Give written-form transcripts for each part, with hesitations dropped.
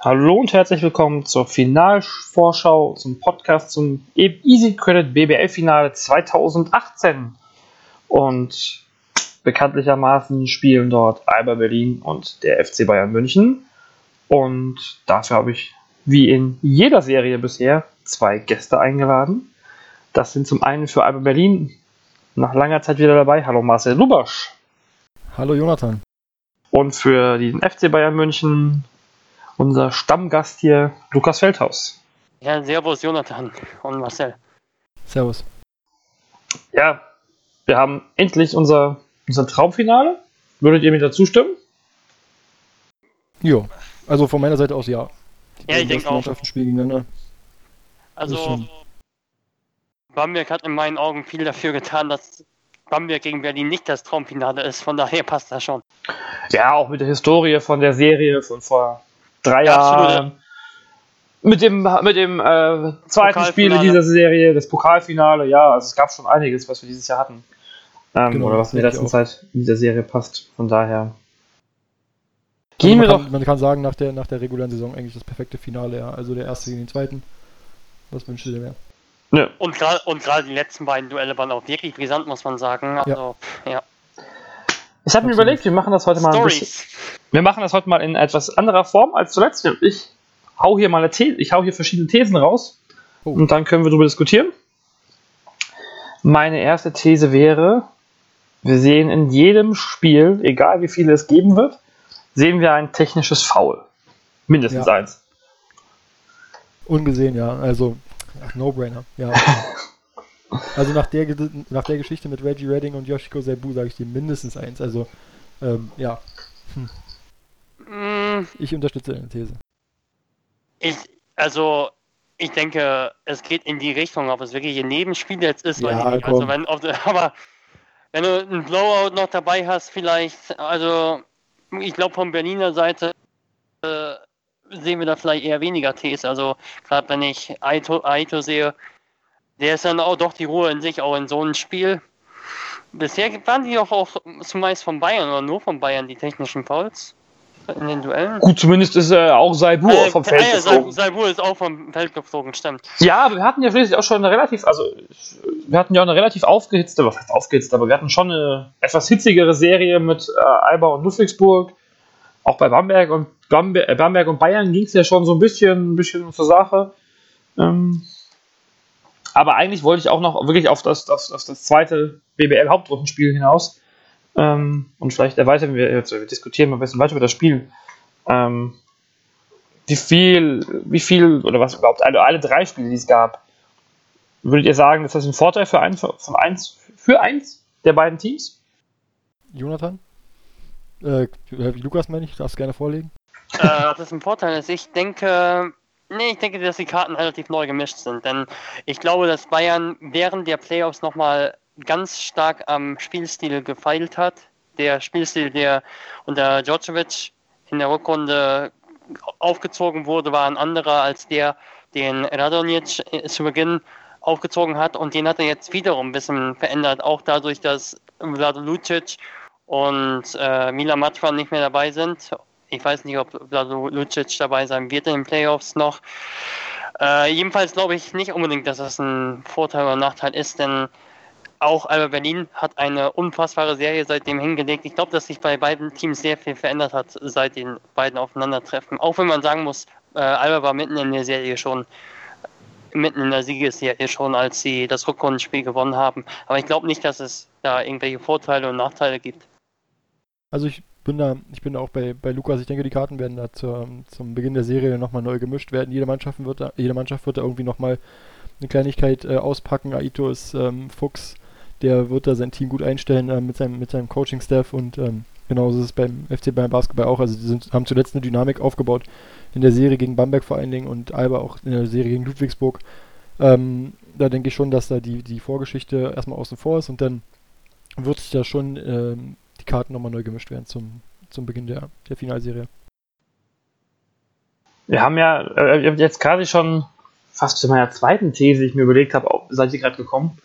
Hallo und herzlich willkommen zur Finalvorschau zum Podcast zum Easy Credit BBL-Finale 2018. Und bekanntlichermaßen spielen dort Alba Berlin und der FC Bayern München. Und dafür habe ich, wie in jeder Serie bisher, zwei Gäste eingeladen. Das sind zum einen für Alba Berlin nach langer Zeit wieder dabei. Hallo Marcel Lubasch. Hallo Jonathan. Und für den FC Bayern München unser Stammgast hier, Lukas Feldhaus. Ja, servus Jonathan und Marcel. Servus. Ja, wir haben endlich unser Traumfinale. Würdet ihr mir dazu stimmen? Jo, also von meiner Seite aus ja. Ja, ich denke auch. Mannschaften spielen gegeneinander. Also, Bamberg hat in meinen Augen viel dafür getan, dass Bamberg gegen Berlin nicht das Traumfinale ist. Von daher passt das schon. Ja, auch mit der Historie von der Serie von vor 3 Ja, Jahren. Mit dem zweiten Spiel in dieser Serie, das Pokalfinale. Ja, also es gab schon einiges, was wir dieses Jahr hatten. Genau, oder was in der letzten Zeit in dieser Serie passt. Von daher. Man kann sagen, nach der regulären Saison eigentlich das perfekte Finale, ja. Also der erste gegen den zweiten. Was wünschst du dir mehr? Ja. Und gerade die letzten beiden Duelle waren auch wirklich brisant, muss man sagen. Also, ja. Ich habe mir überlegt, wir machen das heute mal in etwas anderer Form als zuletzt. Ich hau hier verschiedene Thesen raus und dann können wir darüber diskutieren. Meine erste These wäre, wir sehen in jedem Spiel, egal wie viele es geben wird, sehen wir ein technisches Foul. Mindestens eins. Ungesehen, ja. Also, No-Brainer, ja. Also nach der Geschichte mit Reggie Redding und Yoshiko Saibu sage ich dir mindestens eins. Also, ja. Ich unterstütze deine These. Ich denke, es geht in die Richtung, ob es wirklich in jedem Spiel jetzt ist, weiß Ja, ich nicht. Also wenn du einen Blowout noch dabei hast, vielleicht, also ich glaube von Berliner Seite sehen wir da vielleicht eher weniger Ts. Also gerade wenn ich Aito sehe, der ist dann auch doch die Ruhe in sich, auch in so einem Spiel. Bisher waren die auch zumeist von Bayern oder nur von Bayern die technischen Fouls in den Duellen. Gut, zumindest ist auch Saibu vom Feld geflogen. Saibu ist auch vom Feld geflogen, stimmt. Ja, aber wir hatten ja schließlich auch schon eine relativ aufgehitzte, was heißt aufgehitzt, aber wir hatten schon eine etwas hitzigere Serie mit Alba und Ludwigsburg. Auch bei Bamberg und Bayern ging es ja schon so ein bisschen zur Sache. Aber eigentlich wollte ich auch noch wirklich auf das zweite BBL-Hauptrundenspiel hinaus. Und vielleicht erweitern wir diskutieren mal ein bisschen weiter über das Spiel. Wie viel, oder was überhaupt, alle 3 Spiele, die es gab, würdet ihr sagen, ist das ein Vorteil für eins der beiden Teams? Jonathan? Lukas, meine ich, darfst gerne vorlegen. Das ist ein Vorteil. Ich denke, dass die Karten relativ neu gemischt sind, denn ich glaube, dass Bayern während der Playoffs nochmal ganz stark am Spielstil gefeilt hat. Der Spielstil, der unter Djordjevic in der Rückrunde aufgezogen wurde, war ein anderer als der, den Radonjic zu Beginn aufgezogen hat, und den hat er jetzt wiederum ein bisschen verändert, auch dadurch, dass Vlado Lucic und Milan Matvan nicht mehr dabei sind. Ich weiß nicht, ob Vlado Lucic dabei sein wird in den Playoffs noch. Jedenfalls glaube ich nicht unbedingt, dass das ein Vorteil oder Nachteil ist, denn auch Alba Berlin hat eine unfassbare Serie seitdem hingelegt. Ich glaube, dass sich bei beiden Teams sehr viel verändert hat, seit den beiden Aufeinandertreffen. Auch wenn man sagen muss, Alba war mitten in der Siegesserie schon, als sie das Rückrundenspiel gewonnen haben. Aber ich glaube nicht, dass es da irgendwelche Vorteile und Nachteile gibt. Also ich bin da auch bei Lukas. Ich denke, die Karten werden da zum Beginn der Serie nochmal neu gemischt werden. Jede Mannschaft wird da irgendwie nochmal eine Kleinigkeit auspacken. Aito ist Fuchs, der wird da sein Team gut einstellen mit seinem Coaching-Staff, und genauso ist es beim FC Bayern Basketball auch. Also die haben zuletzt eine Dynamik aufgebaut in der Serie gegen Bamberg vor allen Dingen und Alba auch in der Serie gegen Ludwigsburg. Da denke ich schon, dass da die Vorgeschichte erstmal außen vor ist, und dann wird sich da schon die Karten nochmal neu gemischt werden zum Beginn der Finalserie. Wir haben ja jetzt gerade schon fast zu meiner zweiten These, die ich mir überlegt habe, seid ihr gerade gekommen.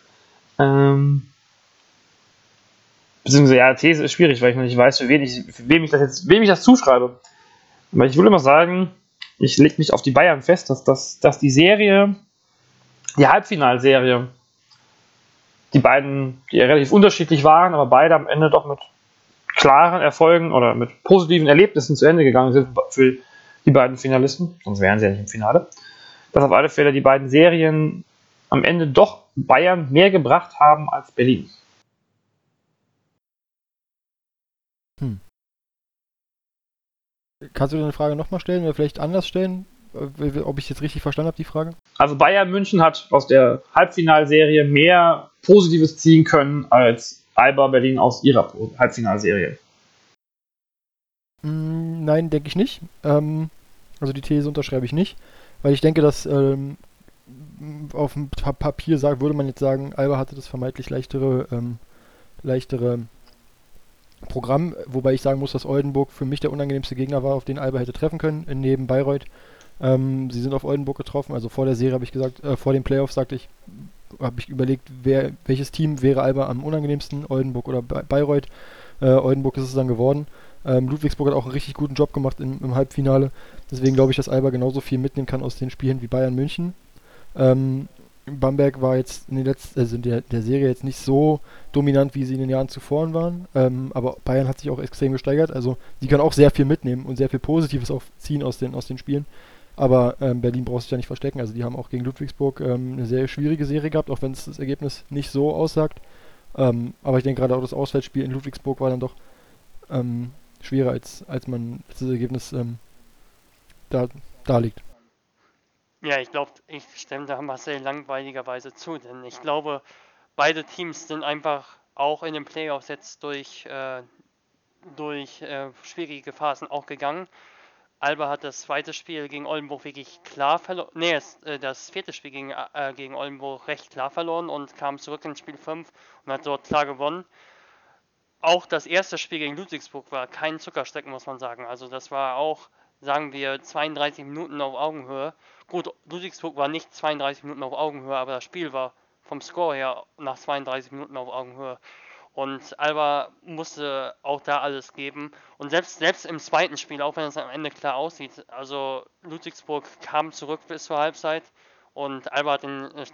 Beziehungsweise, ja, These ist schwierig, weil ich noch nicht weiß, wem ich das zuschreibe. Aber ich würde mal sagen, ich lege mich auf die Bayern fest, dass die Serie, die Halbfinalserie, die beiden, die relativ unterschiedlich waren, aber beide am Ende doch mit klaren Erfolgen oder mit positiven Erlebnissen zu Ende gegangen sind für die beiden Finalisten, sonst wären sie ja nicht im Finale, dass auf alle Fälle die beiden Serien am Ende doch Bayern mehr gebracht haben als Berlin. Kannst du deine Frage nochmal stellen oder vielleicht anders stellen? Ob ich jetzt richtig verstanden habe, die Frage? Also Bayern München hat aus der Halbfinalserie mehr Positives ziehen können als Alba Berlin aus ihrer Halbfinalserie. Nein, denke ich nicht. Also die These unterschreibe ich nicht, weil ich denke, dass auf dem Papier würde man jetzt sagen, Alba hatte das vermeintlich leichtere Programm, wobei ich sagen muss, dass Oldenburg für mich der unangenehmste Gegner war, auf den Alba hätte treffen können, neben Bayreuth. Sie sind auf Oldenburg getroffen, also vor der Serie habe ich gesagt, vor den Playoffs habe ich überlegt, welches Team wäre Alba am unangenehmsten, Oldenburg oder Bayreuth. Oldenburg ist es dann geworden. Ludwigsburg hat auch einen richtig guten Job gemacht im Halbfinale, deswegen glaube ich, dass Alba genauso viel mitnehmen kann aus den Spielen wie Bayern München. Bamberg war jetzt in der Serie jetzt nicht so dominant, wie sie in den Jahren zuvor waren, aber Bayern hat sich auch extrem gesteigert, also sie kann auch sehr viel mitnehmen und sehr viel Positives auch ziehen aus den Spielen, aber Berlin braucht sich ja nicht verstecken, also die haben auch gegen Ludwigsburg eine sehr schwierige Serie gehabt, auch wenn es das Ergebnis nicht so aussagt, aber ich denke gerade auch das Auswärtsspiel in Ludwigsburg war dann doch schwerer, als das Ergebnis da liegt. Ja, ich glaube, ich stimme da Marcel langweiligerweise zu, denn ich glaube, beide Teams sind einfach auch in den Playoffs jetzt durch schwierige Phasen auch gegangen. Alba hat das zweite Spiel gegen Oldenburg wirklich klar verloren. Nee, das vierte Spiel gegen Oldenburg recht klar verloren und kam zurück in Spiel 5 und hat dort klar gewonnen. Auch das erste Spiel gegen Ludwigsburg war kein Zuckerstecken, muss man sagen. Also das war auch, sagen wir, 32 Minuten auf Augenhöhe. Gut, Ludwigsburg war nicht 32 Minuten auf Augenhöhe, aber das Spiel war vom Score her nach 32 Minuten auf Augenhöhe. Und Alba musste auch da alles geben. Und selbst im zweiten Spiel, auch wenn es am Ende klar aussieht, also Ludwigsburg kam zurück bis zur Halbzeit und Alba hat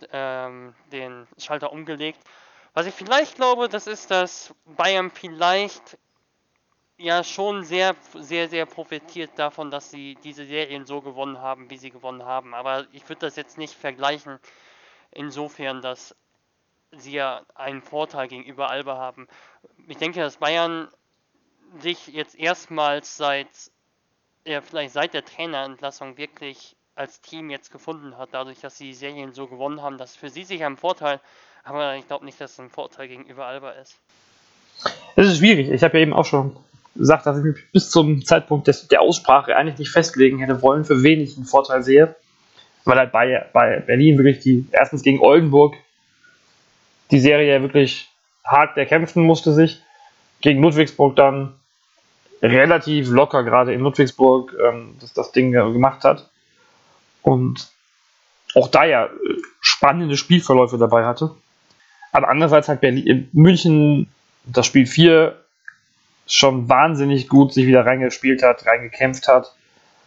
den Schalter umgelegt. Was ich vielleicht glaube, das ist, dass Bayern vielleicht ja schon sehr, sehr, sehr profitiert davon, dass sie diese Serien so gewonnen haben, wie sie gewonnen haben. Aber ich würde das jetzt nicht vergleichen, insofern, dass sie ja einen Vorteil gegenüber Alba haben. Ich denke, dass Bayern sich jetzt erstmals vielleicht seit der Trainerentlassung wirklich als Team jetzt gefunden hat, dadurch, dass sie die Serien so gewonnen haben, dass für sie sicher ein Vorteil, aber ich glaube nicht, dass es ein Vorteil gegenüber Alba ist. Es ist schwierig. Ich habe ja eben auch schon gesagt, dass ich mich bis zum Zeitpunkt der Aussprache eigentlich nicht festlegen hätte wollen, für wen ich einen Vorteil sehe. Weil halt bei Berlin wirklich erstens gegen Oldenburg die Serie wirklich hart erkämpfen musste sich. Gegen Ludwigsburg dann relativ locker, gerade in Ludwigsburg, das Ding gemacht hat. Und auch da ja spannende Spielverläufe dabei hatte. Aber andererseits hat München das Spiel 4 schon wahnsinnig gut sich wieder reingespielt hat, reingekämpft hat.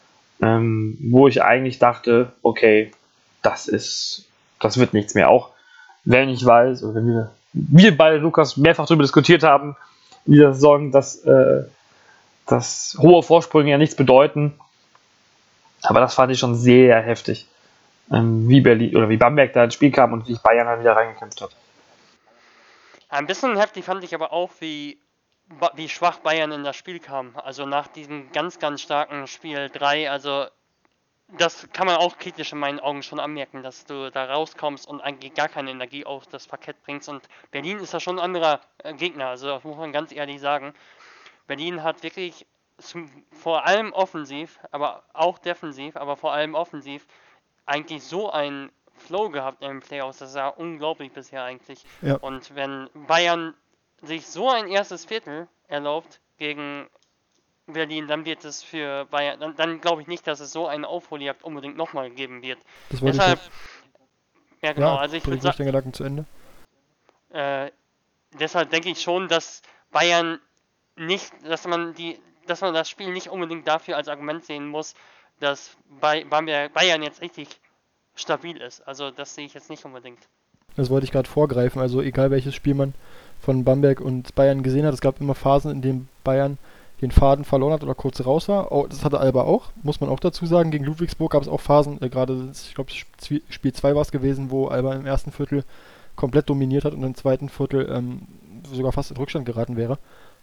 Wo ich eigentlich dachte, okay, das wird nichts mehr. Auch wenn ich weiß, oder wenn wir beide, Lukas, mehrfach darüber diskutiert haben in dieser Saison, dass hohe Vorsprünge ja nichts bedeuten. Aber das fand ich schon sehr heftig, wie Berlin oder wie Bamberg da ins Spiel kam und wie Bayern dann wieder reingekämpft hat. Ein bisschen heftig fand ich aber auch, wie schwach Bayern in das Spiel kam. Also nach diesem ganz, ganz starken Spiel 3, also das kann man auch kritisch in meinen Augen schon anmerken, dass du da rauskommst und eigentlich gar keine Energie auf das Parkett bringst. Und Berlin ist da schon ein anderer Gegner, also das muss man ganz ehrlich sagen. Berlin hat wirklich vor allem offensiv, aber auch defensiv, aber vor allem offensiv eigentlich so einen Flow gehabt in den Playoffs. Das ist ja unglaublich bisher eigentlich. Ja. Und wenn Bayern sich so ein erstes Viertel erlaubt gegen Berlin, dann wird es für Bayern, dann glaube ich nicht, dass es so eine Aufholjagd unbedingt nochmal geben wird. Das wollte Deshalb, ich ja genau, ja, also ich bring würde ruhig sagen, den Gedanken zu Ende. deshalb denke ich schon, dass Bayern nicht, dass man das Spiel nicht unbedingt dafür als Argument sehen muss, dass Bayern jetzt richtig stabil ist. Also das sehe ich jetzt nicht unbedingt. Das wollte ich gerade vorgreifen. Also egal welches Spiel man von Bamberg und Bayern gesehen hat, es gab immer Phasen, in denen Bayern den Faden verloren hat oder kurz raus war. Das hatte Alba auch, muss man auch dazu sagen. Gegen Ludwigsburg gab es auch Phasen, gerade, ich glaube, Spiel 2 war es gewesen, wo Alba im ersten Viertel komplett dominiert hat und im zweiten Viertel sogar fast in Rückstand geraten wäre.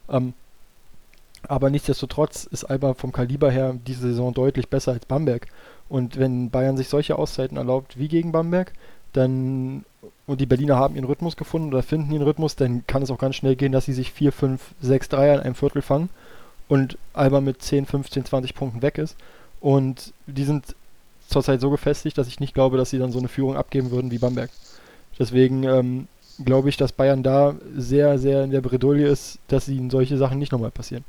Aber nichtsdestotrotz ist Alba vom Kaliber her diese Saison deutlich besser als Bamberg. Und wenn Bayern sich solche Auszeiten erlaubt wie gegen Bamberg, dann und die Berliner haben ihren Rhythmus gefunden oder finden ihren Rhythmus, dann kann es auch ganz schnell gehen, dass sie sich 4, 5, 6 Dreier in einem Viertel fangen und Alba mit 10, 15, 20 Punkten weg ist. Und die sind zurzeit so gefestigt, dass ich nicht glaube, dass sie dann so eine Führung abgeben würden wie Bamberg. Deswegen glaube ich, dass Bayern da sehr, sehr in der Bredouille ist, dass ihnen solche Sachen nicht nochmal passieren.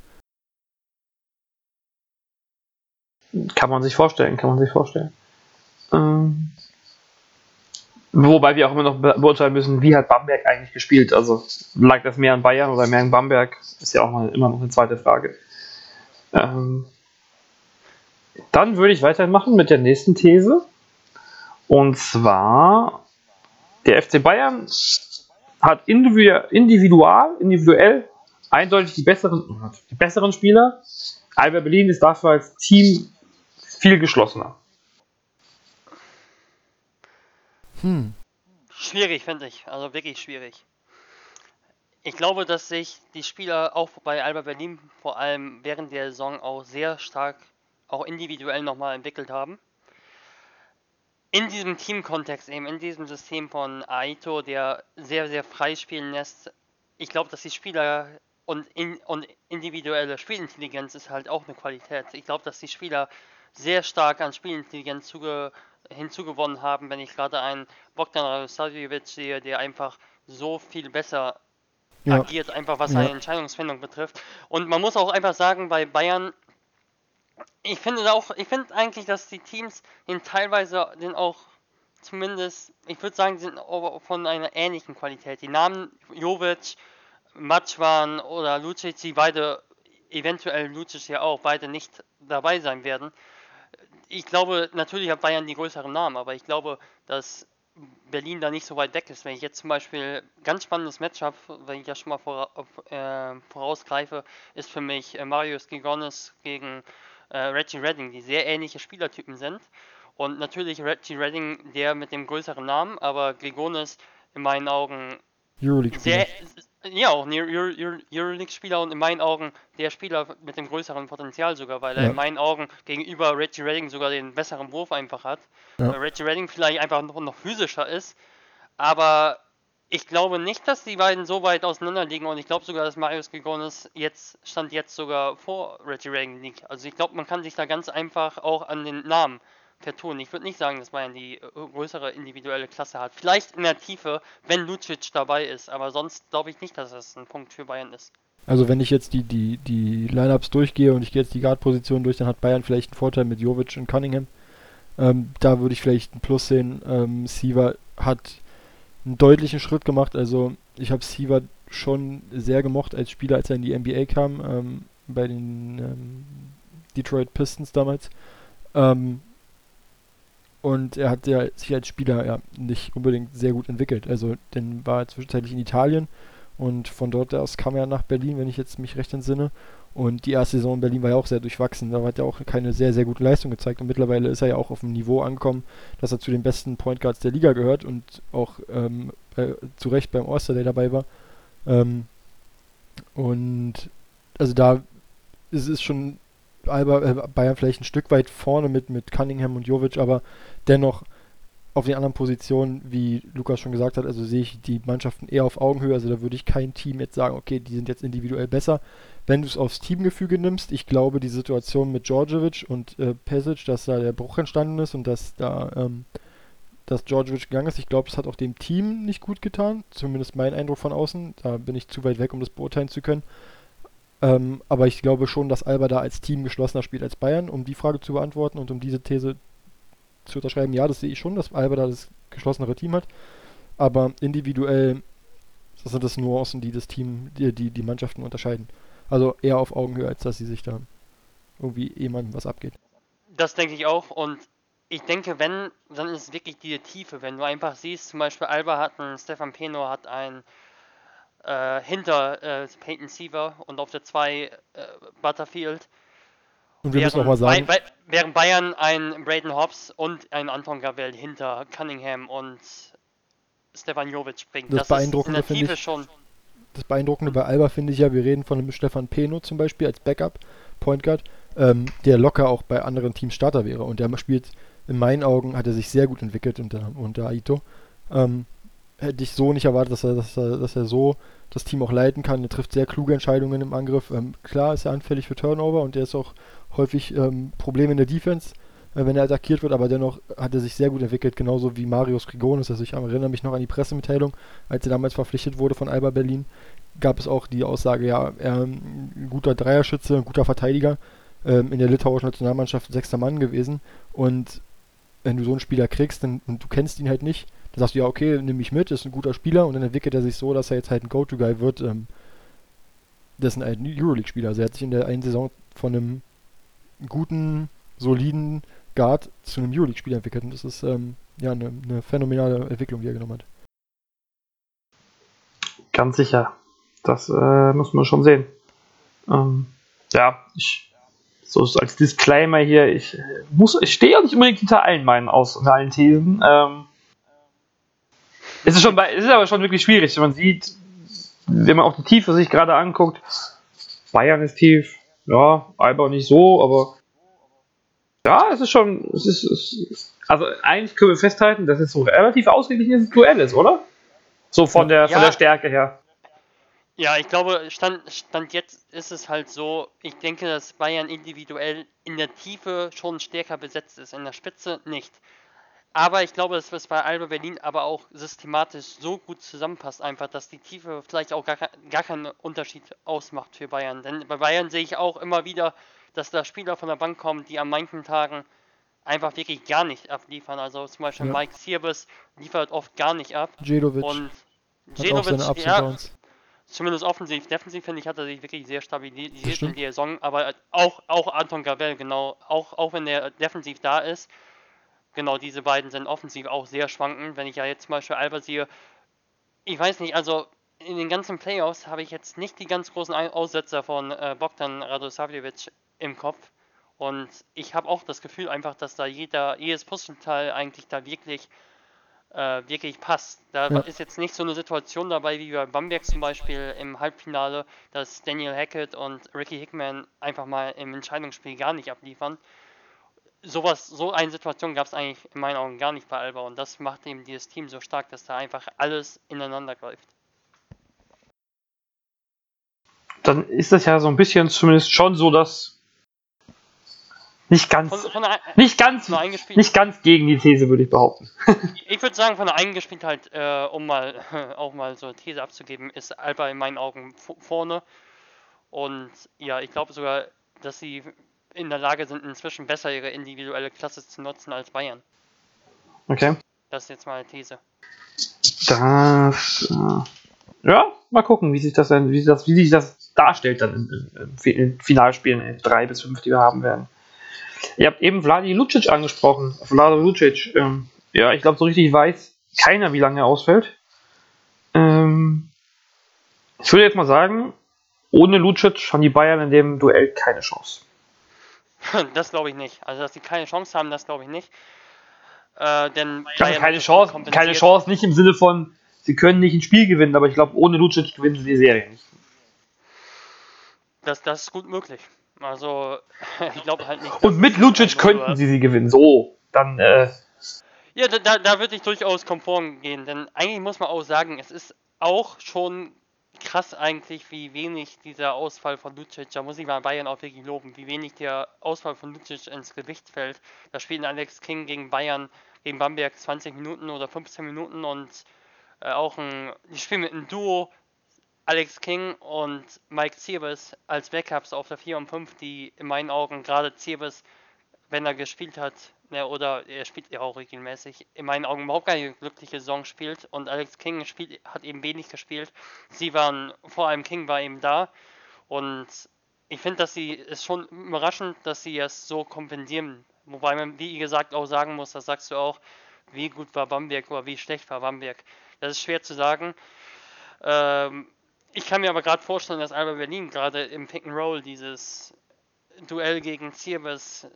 Kann man sich vorstellen. Wobei wir auch immer noch beurteilen müssen, wie hat Bamberg eigentlich gespielt. Also lag das mehr an Bayern oder mehr an Bamberg, ist ja auch mal immer noch eine zweite Frage. Dann würde ich weitermachen mit der nächsten These. Und zwar, der FC Bayern hat individuell eindeutig die besseren Spieler. Alba Berlin ist dafür als Team viel geschlossener. Schwierig, finde ich. Also wirklich schwierig. Ich glaube, dass sich die Spieler auch bei Alba Berlin vor allem während der Saison auch sehr stark, auch individuell nochmal entwickelt haben. In diesem Teamkontext eben, in diesem System von Aito, der sehr, sehr frei spielen lässt. Ich glaube, dass die Spieler und individuelle Spielintelligenz ist halt auch eine Qualität. Ich glaube, dass die Spieler sehr stark an Spielintelligenz hinzugewonnen haben, wenn ich gerade einen Bogdan Radosavljevic sehe, der einfach so viel besser agiert, einfach was seine Entscheidungsfindung betrifft. Und man muss auch einfach sagen, bei Bayern, ich finde eigentlich, dass die Teams den auch zumindest, ich würde sagen, sind auch von einer ähnlichen Qualität. Die Namen Jovic, Matschwan oder Lucic, die beide, eventuell Lucic ja auch, beide nicht dabei sein werden. Ich glaube, natürlich hat Bayern die größeren Namen, aber ich glaube, dass Berlin da nicht so weit weg ist. Wenn ich jetzt zum Beispiel ganz spannendes Matchup, wenn ich ja schon mal vorausgreife, ist für mich Marius Grigonis gegen Reggie Redding, die sehr ähnliche Spielertypen sind. Und natürlich Reggie Redding, der mit dem größeren Namen, aber Grigonis in meinen Augen Euroleague-Spieler. Ja, auch ein Euroleague-Spieler und in meinen Augen der Spieler mit dem größeren Potenzial sogar, weil er in meinen Augen gegenüber Reggie Redding sogar den besseren Wurf einfach hat. Weil Reggie Redding vielleicht einfach noch physischer ist, aber ich glaube nicht, dass die beiden so weit auseinander liegen und ich glaube sogar, dass Marius Grigonis Stand jetzt sogar vor Reggie Redding liegt. Also ich glaube, man kann sich da ganz einfach auch an den Namen vertun. Ich würde nicht sagen, dass Bayern die größere individuelle Klasse hat. Vielleicht in der Tiefe, wenn Lucic dabei ist, aber sonst glaube ich nicht, dass das ein Punkt für Bayern ist. Also wenn ich jetzt die Lineups durchgehe und ich gehe jetzt die Guard-Position durch, dann hat Bayern vielleicht einen Vorteil mit Jovic und Cunningham. Da würde ich vielleicht einen Plus sehen. Siva hat einen deutlichen Schritt gemacht. Also ich habe Siva schon sehr gemocht als Spieler, als er in die NBA kam, bei den Detroit Pistons damals. Und er hat sich als Spieler nicht unbedingt sehr gut entwickelt. Also dann war er zwischenzeitlich in Italien und von dort aus kam er nach Berlin, wenn ich jetzt mich recht entsinne. Und die erste Saison in Berlin war ja auch sehr durchwachsen. Da hat er auch keine sehr, sehr gute Leistung gezeigt. Und mittlerweile ist er ja auch auf einem Niveau angekommen, dass er zu den besten Point Guards der Liga gehört und auch zu Recht beim All-Star Day dabei war. Und also da ist es schon Bayern vielleicht ein Stück weit vorne mit Cunningham und Jovic, aber dennoch auf den anderen Positionen, wie Lukas schon gesagt hat, also sehe ich die Mannschaften eher auf Augenhöhe, also da würde ich kein Team jetzt sagen, okay, die sind jetzt individuell besser. Wenn du es aufs Teamgefüge nimmst, ich glaube, die Situation mit Djordjevic und Pesic, dass da der Bruch entstanden ist und dass Djordjevic gegangen ist, ich glaube, das hat auch dem Team nicht gut getan, zumindest mein Eindruck von außen, da bin ich zu weit weg, um das beurteilen zu können. Aber ich glaube schon, dass Alba da als Team geschlossener spielt als Bayern, um die Frage zu beantworten und um diese These zu unterschreiben. Ja, das sehe ich schon, dass Alba da das geschlossenere Team hat. Aber individuell sind das Nuancen, die das Team, die Mannschaften unterscheiden. Also eher auf Augenhöhe, als dass sie sich da irgendwie jemandem was abgeht. Das denke ich auch. Und ich denke, wenn, dann ist es wirklich die Tiefe. Wenn du einfach siehst, zum Beispiel Alba hat einen, Stefan Peno hat einen hinter Peyton Siever und auf der 2 Butterfield. Und wir müssen auch mal sagen, Während Bayern einen Braden Hobbs und einen Anton Gavel hinter Cunningham und Stefan Jovic bringt. das Das ist in Beeindruckende der finde Tiefe ich, schon. das Beeindruckende bei Alba finde ich ja, wir reden von einem Stefan Peno zum Beispiel als Backup, Point Guard, der locker auch bei anderen Teams Starter wäre. Und der spielt, in meinen Augen, hat er sich sehr gut entwickelt unter Aito. Hätte ich so nicht erwartet, dass er so das Team auch leiten kann. Er trifft sehr kluge Entscheidungen im Angriff. Klar ist er anfällig für Turnover und er ist auch häufig Probleme in der Defense, wenn er attackiert wird, aber dennoch hat er sich sehr gut entwickelt, genauso wie Marius Grigonis. Also ich erinnere mich noch an die Pressemitteilung, als er damals verpflichtet wurde von Alba Berlin, gab es auch die Aussage, ja, er ein guter Dreierschütze, ein guter Verteidiger, in der litauischen Nationalmannschaft 6. Mann gewesen. Und wenn du so einen Spieler kriegst und du kennst ihn halt nicht, dann sagst du, ja, okay, nimm mich mit, ist ein guter Spieler, und dann entwickelt er sich so, dass er jetzt halt ein Go-To-Guy wird. Das ist ein Euroleague-Spieler. Also er hat sich in der einen Saison von einem guten, soliden Guard zu einem Euroleague-Spieler entwickelt. Und das ist ja eine phänomenale Entwicklung, die er genommen hat. Ganz sicher. Das muss man schon sehen. Ja, so als Disclaimer hier, ich stehe auch nicht unbedingt hinter allen meinen unter allen Thesen. Es ist aber schon wirklich schwierig, wenn man sieht, wenn man auch die Tiefe sich gerade anguckt. Bayern ist tief, ja, Alba nicht so, aber ja, es ist schon, also eigentlich können wir festhalten, dass es so relativ ausgeglichenes Duell ist, oder? So von der Stärke her. Ja, ich glaube, Stand jetzt ist es halt so, ich denke, dass Bayern individuell in der Tiefe schon stärker besetzt ist, in der Spitze nicht. Aber ich glaube, dass es bei Alba Berlin aber auch systematisch so gut zusammenpasst, einfach, dass die Tiefe vielleicht auch gar keinen Unterschied ausmacht für Bayern. Denn bei Bayern sehe ich auch immer wieder, dass da Spieler von der Bank kommen, die an manchen Tagen einfach wirklich gar nicht abliefern. Also zum Beispiel Mike Sirbis liefert oft gar nicht ab. Djedovic Und hat auch seine Ups und Downs. Zumindest offensiv. Defensiv, finde ich, hat er sich wirklich sehr stabilisiert in der Saison. Aber auch Anton Gavel, genau, auch wenn der defensiv da ist, genau, diese beiden sind offensiv auch sehr schwankend. Wenn ich ja jetzt zum Beispiel Alba sehe, ich weiß nicht, also in den ganzen Playoffs habe ich jetzt nicht die ganz großen Aussetzer von Bogdan Radosavljevic im Kopf. Und ich habe auch das Gefühl einfach, dass da jedes Puzzleteil eigentlich da wirklich passt. Da ist jetzt nicht so eine Situation dabei wie bei Bamberg zum Beispiel im Halbfinale, dass Daniel Hackett und Ricky Hickman einfach mal im Entscheidungsspiel gar nicht abliefern. So eine Situation gab es eigentlich in meinen Augen gar nicht bei Alba, und das macht eben dieses Team so stark, dass da einfach alles ineinander greift. Dann ist das ja so ein bisschen zumindest schon so, dass nicht ganz gegen die These, würde ich behaupten. Ich würde sagen, von der Eingespieltheit, um mal auch mal so eine These abzugeben, ist Alba in meinen Augen vorne. Und ja, ich glaube sogar, dass sie in der Lage sind, inzwischen besser ihre individuelle Klasse zu nutzen als Bayern. Okay. Das ist jetzt mal eine These. Ja, mal gucken, wie sich das darstellt dann in Finalspielen 3 bis 5, die wir haben werden. Ihr habt eben Vladi Lucic angesprochen. Vlado Lucic, ja, ich glaube, so richtig weiß keiner, wie lange er ausfällt. Ich würde jetzt mal sagen, ohne Lucic haben die Bayern in dem Duell keine Chance. Das glaube ich nicht. Also, dass sie keine Chance haben, das glaube ich nicht. Denn also keine Chance nicht im Sinne von, sie können nicht ein Spiel gewinnen, aber ich glaube, ohne Lucic gewinnen sie die Serie nicht. Das ist gut möglich. Also, ich glaube halt nicht. Und mit Lucic könnten sie gewinnen. So, dann. Ja, da würde ich durchaus konform gehen, denn eigentlich muss man auch sagen, es ist auch schon krass eigentlich, wie wenig dieser Ausfall von Lucic, da muss ich mal Bayern auch wirklich loben, wie wenig der Ausfall von Lucic ins Gewicht fällt. Da spielen Alex King gegen Bamberg 20 Minuten oder 15 Minuten und die spielen mit einem Duo, Alex King und Mike Zirbis als Backups auf der 4 und 5, die in meinen Augen gerade Zirbis, wenn er gespielt hat, oder er spielt ja auch regelmäßig, in meinen Augen überhaupt keine glückliche Saison spielt, und Alex King hat eben wenig gespielt. Vor allem King war eben da, und ich finde, dass sie es schon überraschend, dass sie es so kompensieren Wobei man, wie gesagt, auch sagen muss, das sagst du auch, wie gut war Bamberg oder wie schlecht war Bamberg. Das ist schwer zu sagen. Ähm, Ich kann mir aber gerade vorstellen, dass Alba Berlin gerade im Pick and Roll dieses Duell gegen Zirbes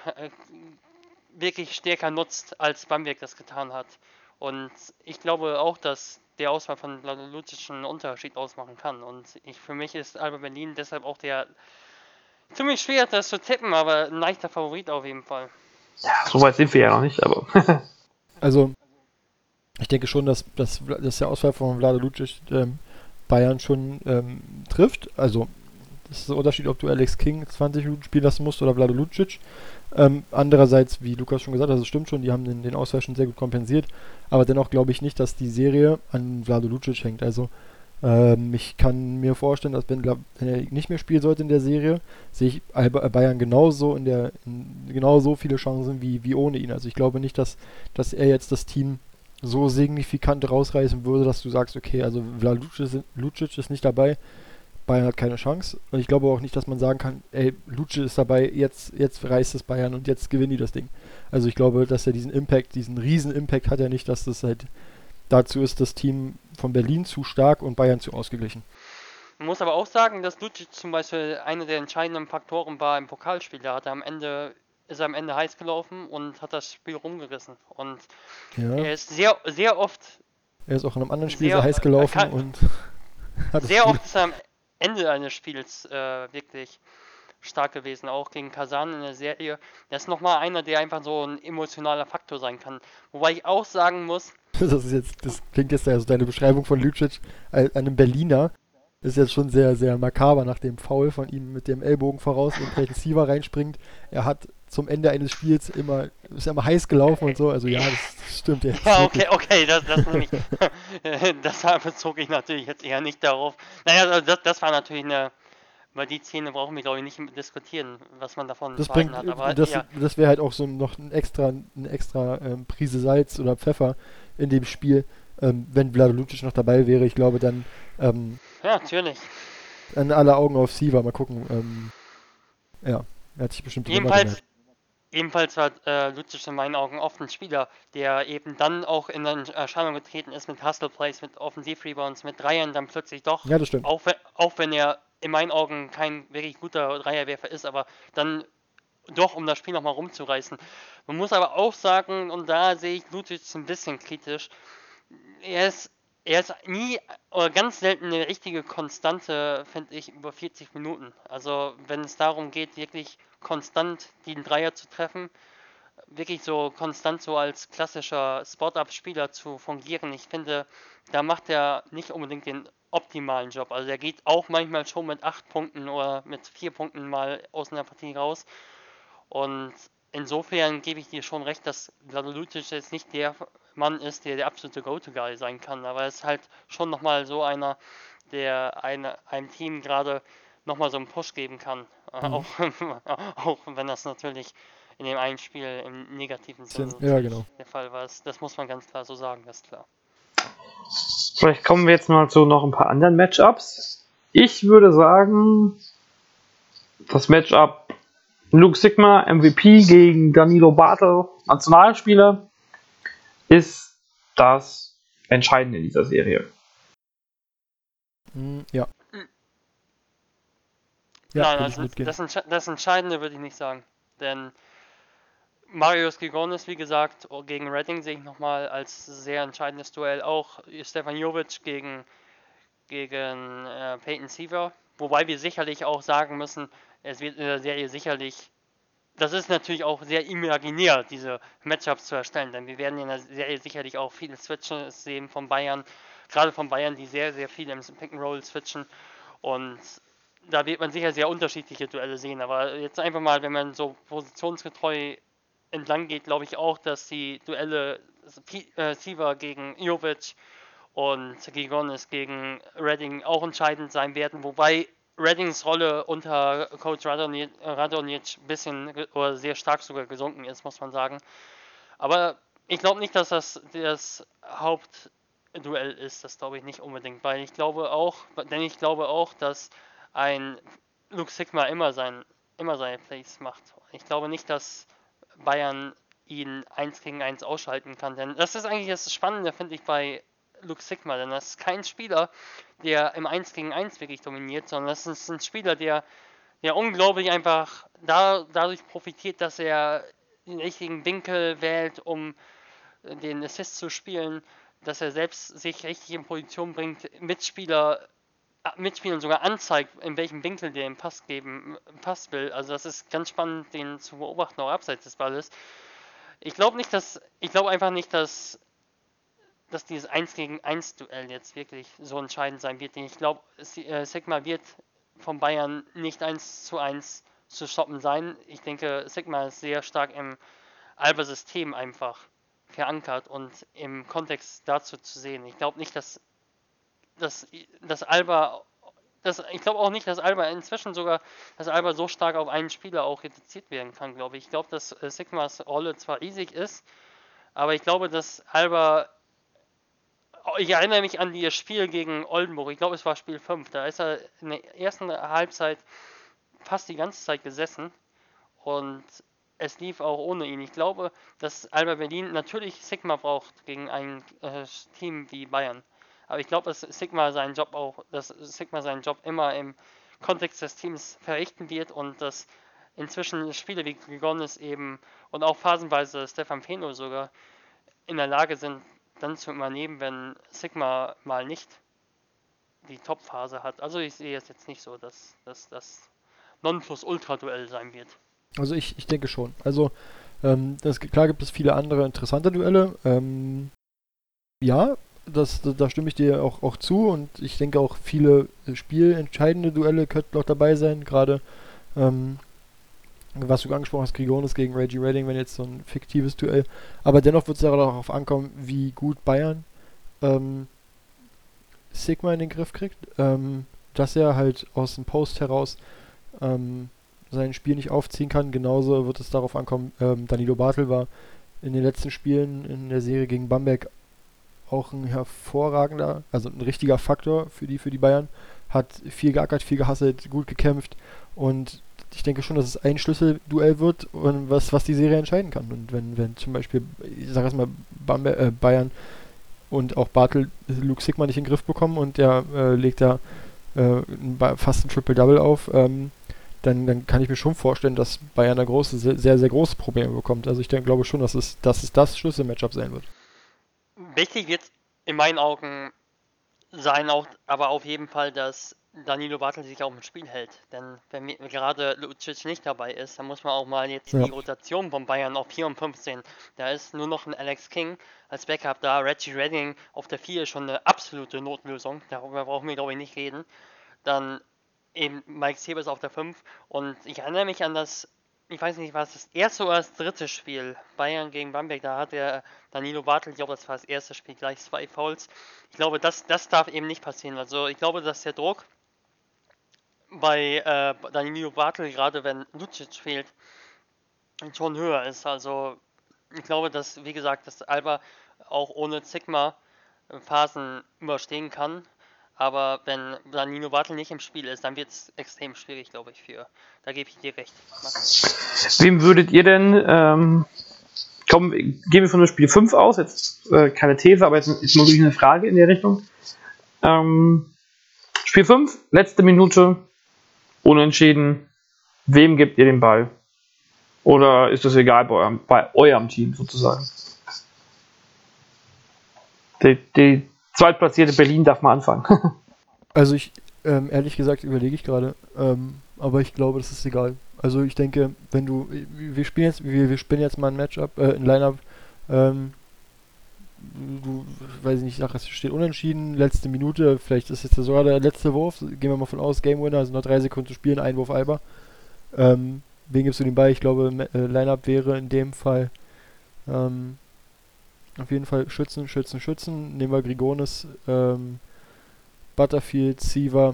wirklich stärker nutzt, als Bamberg das getan hat. Und ich glaube auch, dass der Auswahl von Lucic einen Unterschied ausmachen kann. Und für mich ist Alba Berlin deshalb auch der ziemlich schwer, das zu tippen, aber ein leichter Favorit auf jeden Fall. Ja, so weit sind wir ja noch nicht, aber. Also, ich denke schon, dass der Ausfall von Vlado Lucic Bayern schon trifft. Also, das ist der Unterschied, ob du Alex King 20 Minuten spielen lassen musst oder Vlado Lucic. Andererseits, wie Lukas schon gesagt hat, das stimmt schon, die haben den Ausfall schon sehr gut kompensiert. Aber dennoch glaube ich nicht, dass die Serie an Vlado Lucic hängt. Also, ich kann mir vorstellen, dass wenn er nicht mehr spielen sollte in der Serie, sehe ich Bayern genauso genauso viele Chancen wie ohne ihn. Also ich glaube nicht, dass er jetzt das Team so signifikant rausreißen würde, dass du sagst, okay, also Lucic ist nicht dabei, Bayern hat keine Chance. Und ich glaube auch nicht, dass man sagen kann, ey, Lucic ist dabei, jetzt reißt es Bayern und jetzt gewinnen die das Ding. Also ich glaube, dass er diesen riesen Impact hat er nicht, dass das halt dazu ist das Team von Berlin zu stark und Bayern zu ausgeglichen. Man muss aber auch sagen, dass Lucic zum Beispiel einer der entscheidenden Faktoren war im Pokalspiel. Ist er am Ende heiß gelaufen und hat das Spiel rumgerissen. Und Ja. er ist sehr, sehr oft. Er ist auch in einem anderen Spiel sehr heiß gelaufen und hat sehr oft ist er am Ende eines Spiels wirklich stark gewesen, auch gegen Kasan in der Serie. Das ist nochmal einer, der einfach so ein emotionaler Faktor sein kann. Wobei ich auch sagen muss, das klingt jetzt also deine Beschreibung von Lucic einem Berliner ist jetzt schon sehr, sehr makaber nach dem Foul von ihm mit dem Ellbogen voraus und Peyton Siever reinspringt. Er hat zum Ende eines Spiels ist immer heiß gelaufen und so, also ja, das stimmt jetzt. Ja, okay, das bezog ich natürlich jetzt eher nicht darauf. Naja, das war natürlich weil die Szene brauchen wir, glaube ich, nicht diskutieren, was man davon verhalten hat. Aber das wäre halt auch so noch eine extra Prise Salz oder Pfeffer in dem Spiel, wenn Vlado Lucic noch dabei wäre. Ich glaube dann ja, natürlich. An alle Augen auf Siever. Mal gucken. Ja, er hat sich bestimmt Ebenfalls war Lucic in meinen Augen oft ein Spieler, der eben dann auch in Erscheinung getreten ist mit Hustle Plays, mit Offensivrebounds, mit Dreiern dann plötzlich doch. Ja, das stimmt. Auch wenn er in meinen Augen kein wirklich guter Dreierwerfer ist, aber dann doch, um das Spiel nochmal rumzureißen. Man muss aber auch sagen, und da sehe ich Lucic ein bisschen kritisch, er ist nie oder ganz selten eine richtige Konstante, finde ich, über 40 Minuten. Also wenn es darum geht, wirklich konstant den Dreier zu treffen, wirklich so konstant so als klassischer Spot-Up-Spieler zu fungieren, ich finde, da macht er nicht unbedingt den optimalen Job. Also er geht auch manchmal schon mit 8 Punkten oder mit 4 Punkten mal aus einer Partie raus. Und insofern gebe ich dir schon recht, dass Vlado Lucic jetzt nicht der Mann ist, der absolute Go-To-Guy sein kann. Aber er ist halt schon nochmal so einer, der einem Team gerade nochmal so einen Push geben kann. Auch wenn das natürlich in dem einen Spiel im negativen Sinne der Fall war. Das muss man ganz klar so sagen, das ist klar. Vielleicht kommen wir jetzt mal zu noch ein paar anderen Matchups. Ich würde sagen, das Matchup Luke Sigma, MVP gegen Danilo Bartel, Nationalspieler, ist das Entscheidende in dieser Serie. Ja. Nein, das Entscheidende würde ich nicht sagen. Denn Marius Grigonis, wie gesagt, gegen Reading sehe ich nochmal als sehr entscheidendes Duell. Auch Stefan Jovic gegen Peyton Siever. Wobei wir sicherlich auch sagen müssen, es wird in der Serie sicherlich, das ist natürlich auch sehr imaginär, diese Matchups zu erstellen, denn wir werden in der Serie sicherlich auch viele Switches sehen von Bayern, gerade von Bayern, die sehr, sehr viel im Pick-and-Roll switchen, und da wird man sicher sehr unterschiedliche Duelle sehen, aber jetzt einfach mal, wenn man so positionsgetreu entlang geht, glaube ich auch, dass die Duelle Siever gegen Jovic und Gigonis gegen Reading auch entscheidend sein werden, wobei Readings Rolle unter Coach Radonjic ein bisschen oder sehr stark sogar gesunken ist, muss man sagen. Aber ich glaube nicht, dass das Hauptduell ist, das glaube ich nicht unbedingt, weil ich glaube auch, dass ein Luke Sigma immer seine Plays macht. Ich glaube nicht, dass Bayern ihn 1 gegen 1 ausschalten kann. Denn das ist eigentlich das Spannende, finde ich, bei Luke Sigma, denn das ist kein Spieler, der im 1 gegen 1 wirklich dominiert, sondern das ist ein Spieler, der unglaublich einfach dadurch profitiert, dass er den richtigen Winkel wählt, um den Assist zu spielen, dass er selbst sich richtig in Position bringt, Mitspielern sogar anzeigt, in welchem Winkel der den Pass will. Also das ist ganz spannend, den zu beobachten, auch abseits des Balles. Ich glaube einfach nicht, dass dieses 1 gegen 1 Duell jetzt wirklich so entscheidend sein wird. Ich glaube, Sigma wird von Bayern nicht 1:1 zu stoppen sein. Ich denke, Sigma ist sehr stark im Alba-System einfach verankert und im Kontext dazu zu sehen. Ich glaube nicht, dass Alba, ich glaube auch nicht, dass Alba inzwischen sogar, dass Alba so stark auf einen Spieler auch reduziert werden kann, glaube ich. Ich glaube, dass Sigmas Rolle zwar riesig ist, aber ich glaube, dass Alba, ich erinnere mich an das Spiel gegen Oldenburg, ich glaube, es war Spiel 5, da ist er in der ersten Halbzeit fast die ganze Zeit gesessen und es lief auch ohne ihn. Ich glaube, dass Alba Berlin natürlich Sigma braucht gegen ein Team wie Bayern. Aber ich glaube, dass Sigma seinen Job immer im Kontext des Teams verrichten wird und dass inzwischen Spiele wie Grigonis eben und auch phasenweise Stefan Peno sogar in der Lage sind, dann zu übernehmen, wenn Sigma mal nicht die Top-Phase hat. Also ich sehe es jetzt nicht so, dass das Nonplusultra-Duell sein wird. Also ich denke schon. Also klar gibt es viele andere interessante Duelle. Ja, da stimme ich dir auch zu und ich denke auch viele spielentscheidende Duelle könnten auch dabei sein. Gerade was du angesprochen hast, Grigonis gegen Reggie Redding, wenn jetzt so ein fiktives Duell. Aber dennoch wird es darauf ankommen, wie gut Bayern Sigma in den Griff kriegt. Dass er halt aus dem Post heraus sein Spiel nicht aufziehen kann. Genauso wird es darauf ankommen, Danilo Bartel war in den letzten Spielen in der Serie gegen Bamberg auch ein hervorragender, also ein richtiger Faktor für die Bayern. Hat viel geackert, viel gehasselt, gut gekämpft und ich denke schon, dass es ein Schlüsselduell wird, was die Serie entscheiden kann. Und wenn zum Beispiel, ich sag erstmal, Bayern und auch Bartel Luke Sigma nicht in den Griff bekommen und der legt da fast ein Triple-Double auf, dann kann ich mir schon vorstellen, dass Bayern da sehr, sehr große Probleme bekommt. Also ich glaube schon, dass es das Schlüssel-Matchup sein wird. Wichtig wird in meinen Augen sein, aber auf jeden Fall, dass Danilo Bartel sich auch im Spiel hält. Denn wenn gerade Lucic nicht dabei ist, dann muss man auch mal jetzt die Rotation von Bayern auf 4 und 5 sehen. Da ist nur noch ein Alex King als Backup da. Reggie Redding auf der 4 ist schon eine absolute Notlösung. Darüber brauchen wir, glaube ich, nicht reden. Dann eben Mike Sebes auf der 5. Und ich erinnere mich an ich weiß nicht, war es das erste oder das dritte Spiel, Bayern gegen Bamberg, da hat der Danilo Bartel, ich glaube, das war das erste Spiel, gleich 2 Fouls. Ich glaube, das darf eben nicht passieren. Also ich glaube, dass der Druck bei Danilo Bartel, gerade wenn Lucic fehlt, schon höher ist. Also ich glaube, dass, wie gesagt, dass Alba auch ohne Sigma Phasen überstehen kann. Aber wenn Danilo Bartel nicht im Spiel ist, dann wird es extrem schwierig, glaube ich, da gebe ich dir recht. Wem würdet ihr denn, gehen wir von dem Spiel 5 aus, jetzt keine These, aber jetzt mal wirklich eine Frage in der Richtung. Spiel 5, letzte Minute, unentschieden, wem gebt ihr den Ball? Oder ist das egal bei eurem Team sozusagen? Die zweitplatzierte Berlin darf mal anfangen. Also ehrlich gesagt überlege ich gerade, aber ich glaube, das ist egal. Also ich denke, wenn wir spielen jetzt mal ein Matchup, ein Lineup, weiß ich nicht, ich sage, es steht unentschieden, letzte Minute, vielleicht ist jetzt sogar der letzte Wurf, gehen wir mal von aus, Game Winner, also noch 3 Sekunden zu spielen, Einwurf Alba. Wen gibst du den Ball? Ich glaube, Lineup wäre in dem Fall auf jeden Fall Schützen. Nehmen wir Grigonis, Butterfield, Siever,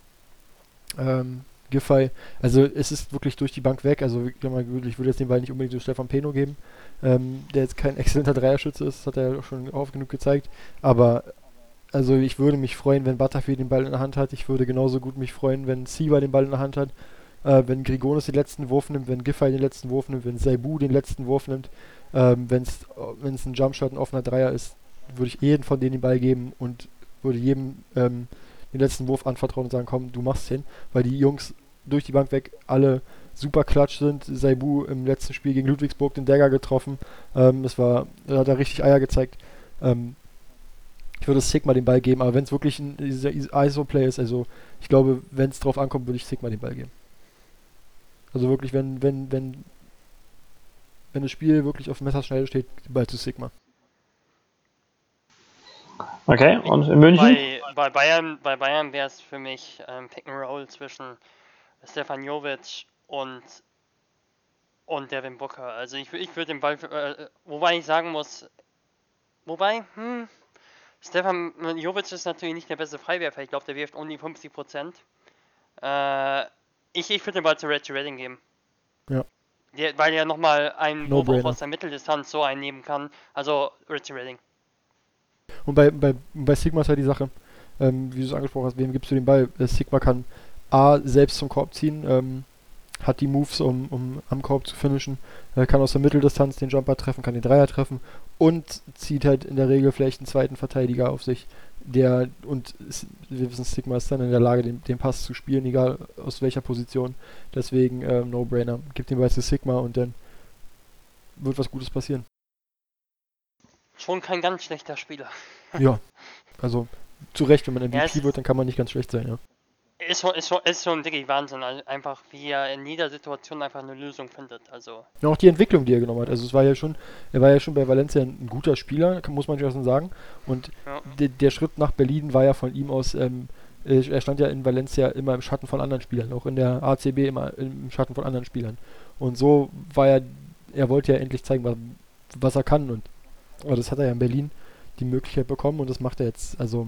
Giffey. Also es ist wirklich durch die Bank weg. Also ich würde jetzt den Ball nicht unbedingt zu Stefan Peno geben, der jetzt kein exzellenter Dreierschütze ist, das hat er ja schon oft genug gezeigt. Aber also ich würde mich freuen, wenn Butterfield den Ball in der Hand hat. Ich würde genauso gut mich freuen, wenn Siever den Ball in der Hand hat. wenn Grigonis den letzten Wurf nimmt, wenn Giffey den letzten Wurf nimmt, wenn Saibu den letzten Wurf nimmt, wenn es ein Jumpshot, ein offener Dreier ist, würde ich jeden von denen den Ball geben und würde jedem den letzten Wurf anvertrauen und sagen, komm, du machst den, weil die Jungs durch die Bank weg alle super klatsch sind. Saibu im letzten Spiel gegen Ludwigsburg den Dagger getroffen. Da hat er richtig Eier gezeigt. Ich würde Sigma den Ball geben, aber wenn es wirklich ein ISO-Play ist, also ich glaube, wenn es drauf ankommt, würde ich Sigma den Ball geben. Also wirklich, wenn das Spiel wirklich auf Messerschneide steht, den Ball zu Sigma. Okay, und in München? Bei Bayern wäre es für mich Pick and Roll zwischen Stefan Jovic und Devin Booker. Also ich würde den Ball, wobei ich sagen muss, Stefan Jovic ist natürlich nicht der beste Freiwerfer. Ich glaube, der wirft um die 50%. Ich würde den Ball zu Reggie Redding geben. Ja. Weil er nochmal einen No Wurf aus der Mitteldistanz so einnehmen kann. Also Reggie Redding. Und bei Sigma ist halt die Sache, wie du es angesprochen hast, wem gibst du den Ball? Sigma kann A, selbst zum Korb ziehen, hat die Moves, um am Korb zu finishen, kann aus der Mitteldistanz den Jumper treffen, kann den Dreier treffen und zieht halt in der Regel vielleicht einen zweiten Verteidiger auf sich, wir wissen, Sigma ist dann in der Lage, den Pass zu spielen, egal aus welcher Position. Deswegen No-Brainer. Gib den Ball zu Sigma und dann wird was Gutes passieren. Schon kein ganz schlechter Spieler. Ja, also zu Recht, wenn man MVP wird, dann kann man nicht ganz schlecht sein, ja. Ist schon wirklich Wahnsinn, also einfach wie er in jeder Situation einfach eine Lösung findet. Also. Ja, auch die Entwicklung, die er genommen hat. Also er war ja schon bei Valencia ein guter Spieler, muss man schon sagen. Und ja. Der Schritt nach Berlin war ja von ihm aus, er stand ja in Valencia immer im Schatten von anderen Spielern, auch in der ACB immer im Schatten von anderen Spielern. Und so war er wollte ja endlich zeigen, was er kann. Und das hat er ja in Berlin die Möglichkeit bekommen und das macht er jetzt, also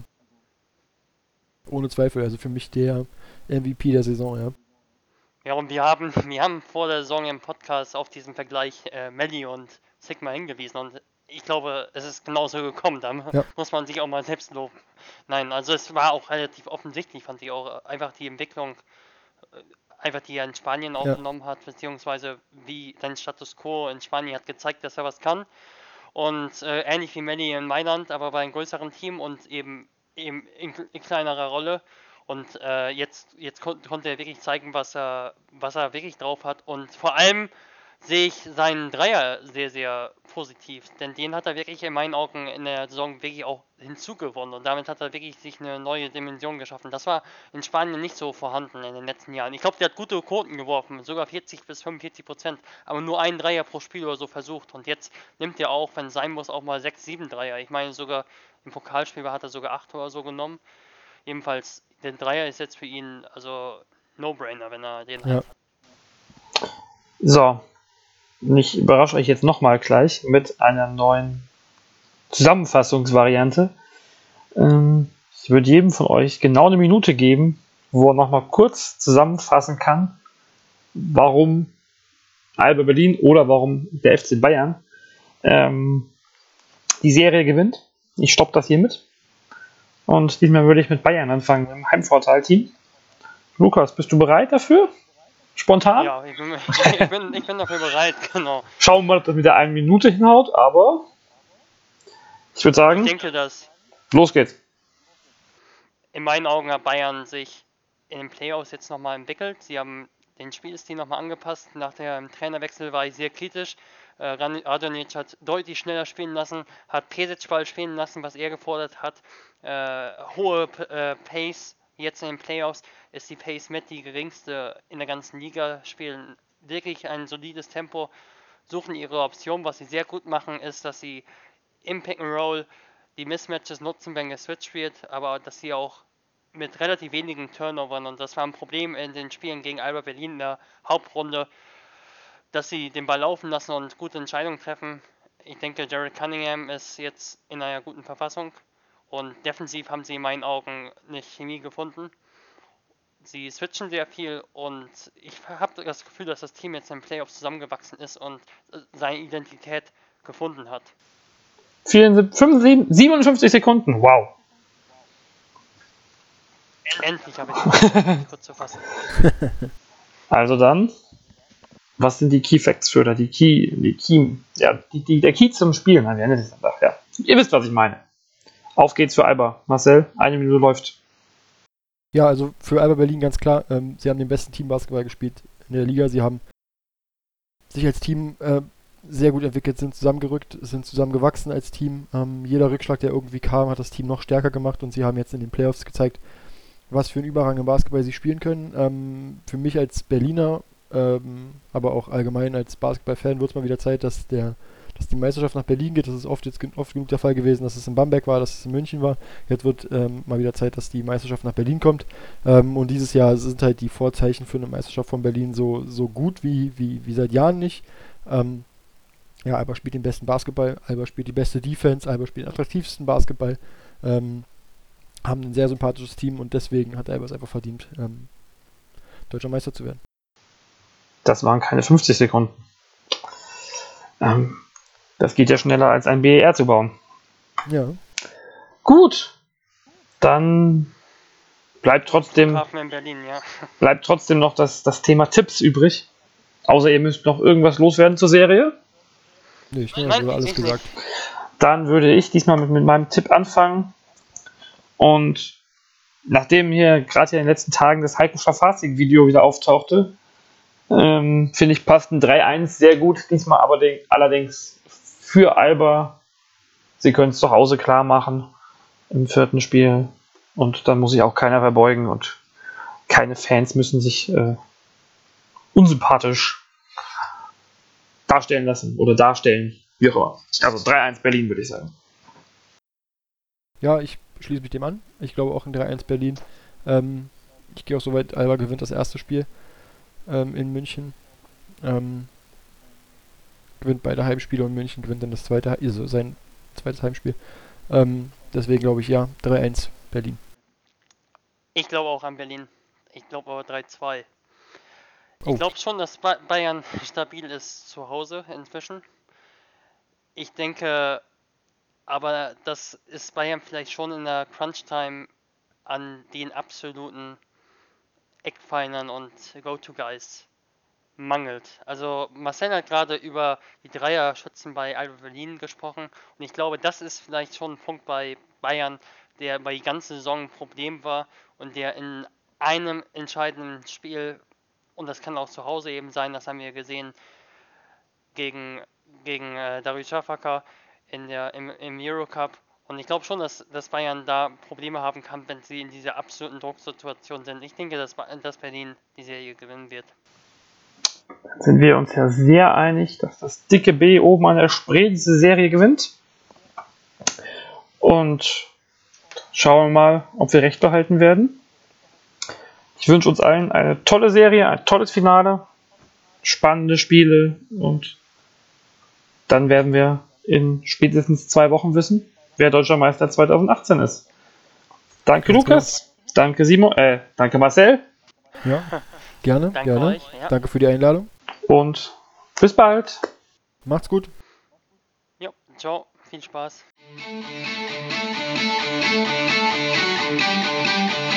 ohne Zweifel, also für mich der MVP der Saison, ja. Ja, und wir haben vor der Saison im Podcast auf diesen Vergleich Melli und Sigma hingewiesen und ich glaube, es ist genauso gekommen, da muss man sich auch mal selbst loben. Nein, also es war auch relativ offensichtlich, fand ich auch, einfach die Entwicklung, die er in Spanien aufgenommen hat, beziehungsweise wie sein Status Quo in Spanien hat gezeigt, dass er was kann. Und ähnlich wie Melli in Mailand, aber bei einem größeren Team und eben in kleinerer Rolle. Und jetzt konnte er wirklich zeigen, was er wirklich drauf hat. Und vor allem sehe ich seinen Dreier sehr, sehr positiv. Denn den hat er wirklich in meinen Augen in der Saison wirklich auch hinzugewonnen. Und damit hat er wirklich sich eine neue Dimension geschaffen. Das war in Spanien nicht so vorhanden in den letzten Jahren. Ich glaube, der hat gute Quoten geworfen, sogar 40-45%. Aber nur einen Dreier pro Spiel oder so versucht. Und jetzt nimmt er auch, wenn es sein muss, auch mal 6-7 Dreier. Ich meine, sogar im Pokalspiel hat er sogar 8 oder so genommen. Jedenfalls, der Dreier ist jetzt für ihn also No-Brainer, wenn er den hat. So, ich überrasche euch jetzt nochmal gleich mit einer neuen Zusammenfassungsvariante. Ich würde jedem von euch genau eine Minute geben, wo er nochmal kurz zusammenfassen kann, warum Alba Berlin oder warum der FC Bayern die Serie gewinnt. Ich stoppe das hiermit. Und diesmal würde ich mit Bayern anfangen, im Heimvorteil-Team. Lukas, bist du bereit dafür? Spontan? Ja, ich bin dafür bereit, genau. Schauen wir mal, ob das mit der 1 Minute hinhaut, aber ich würde sagen, ich denke, dass los geht's. In meinen Augen hat Bayern sich in den Playoffs jetzt nochmal entwickelt. Sie haben den Spielstil nochmal angepasst. Nach dem Trainerwechsel war ich sehr kritisch. Radonjic hat deutlich schneller spielen lassen, hat Pesic Ball spielen lassen, was er gefordert hat. Hohe Pace. Jetzt in den Playoffs ist die Pace mit die geringste in der ganzen Liga, spielen wirklich ein solides Tempo, suchen ihre Option. Was sie sehr gut machen, ist, dass sie im Pick and Roll die Mismatches nutzen, wenn geswitcht wird, aber dass sie auch mit relativ wenigen Turnovern, und das war ein Problem in den Spielen gegen Alba Berlin in der Hauptrunde, dass sie den Ball laufen lassen und gute Entscheidungen treffen. Ich denke, Jared Cunningham ist jetzt in einer guten Verfassung. Und defensiv haben sie in meinen Augen eine Chemie gefunden. Sie switchen sehr viel und ich habe das Gefühl, dass das Team jetzt in den Playoffs zusammengewachsen ist und seine Identität gefunden hat. 57 Sekunden, wow. Endlich habe ich kurz zu fassen. Also dann, was sind die Key Facts für oder der Key zum Spielen? Nein, wir nennen es einfach, ja. Ihr wisst, was ich meine. Auf geht's für Alba. Marcel, 1 Minute läuft. Ja, also für Alba Berlin ganz klar, sie haben den besten Teambasketball gespielt in der Liga. Sie haben sich als Team sehr gut entwickelt, sind zusammengerückt, sind zusammengewachsen als Team. Jeder Rückschlag, der irgendwie kam, hat das Team noch stärker gemacht und sie haben jetzt in den Playoffs gezeigt, was für einen überragenden Basketball sie spielen können. Für mich als Berliner, aber auch allgemein als Basketballfan wird es mal wieder Zeit, dass die Meisterschaft nach Berlin geht. Das ist oft genug der Fall gewesen, dass es in Bamberg war, dass es in München war. Jetzt wird mal wieder Zeit, dass die Meisterschaft nach Berlin kommt. Und dieses Jahr sind halt die Vorzeichen für eine Meisterschaft von Berlin so gut wie seit Jahren nicht. Alba spielt den besten Basketball, Alba spielt die beste Defense, Alba spielt den attraktivsten Basketball. Haben ein sehr sympathisches Team und deswegen hat Alba es einfach verdient, deutscher Meister zu werden. Das waren keine 50 Sekunden. Das geht ja schneller als ein BER zu bauen. Ja. Gut. Dann bleibt trotzdem in Berlin, ja. Bleibt trotzdem noch das Thema Tipps übrig. Außer ihr müsst noch irgendwas loswerden zur Serie. Nee, ich denke, das alles gesagt. Dann würde ich diesmal mit meinem Tipp anfangen. Und nachdem gerade in den letzten Tagen das Heiko Schafazik-Video wieder auftauchte, finde ich, passt ein 3-1 sehr gut. Diesmal aber allerdings für Alba. Sie können es zu Hause klar machen im 4. Spiel. Und dann muss sich auch keiner verbeugen und keine Fans müssen sich unsympathisch darstellen lassen oder darstellen, wie auch immer. Also 3-1 Berlin, würde ich sagen. Ja, ich schließe mich dem an. Ich glaube auch in 3-1 Berlin. Ich gehe auch so weit, Alba gewinnt das erste Spiel in München. Gewinnt beide Heimspiele und München gewinnt dann sein zweites Heimspiel. Deswegen glaube ich, ja, 3-1 Berlin. Ich glaube auch an Berlin. Ich glaube aber 3-2. Oh. Ich glaube schon, dass Bayern stabil ist zu Hause inzwischen. Ich denke aber, dass es Bayern vielleicht schon in der Crunch-Time an den absoluten Eckpfeilern und Go-To-Guys mangelt. Also Marcel hat gerade über die Dreierschützen bei Alba Berlin gesprochen und ich glaube, das ist vielleicht schon ein Punkt bei Bayern, der bei die ganze Saison ein Problem war und der in einem entscheidenden Spiel, und das kann auch zu Hause eben sein, das haben wir gesehen gegen Darüşşafaka im Eurocup. Und ich glaube schon, dass Bayern da Probleme haben kann, wenn sie in dieser absoluten Drucksituation sind. Ich denke, dass Berlin die Serie gewinnen wird. Dann sind wir uns ja sehr einig, dass das dicke B oben an der Spree diese Serie gewinnt. Und schauen wir mal, ob wir recht behalten werden. Ich wünsche uns allen eine tolle Serie, ein tolles Finale, spannende Spiele und dann werden wir in spätestens 2 Wochen wissen, wer Deutscher Meister 2018 ist. Danke Lukas, danke Simon, danke Marcel. Ja, gerne. Danke euch. Ja. Danke für die Einladung. Und bis bald. Macht's gut. Jo, ciao, viel Spaß.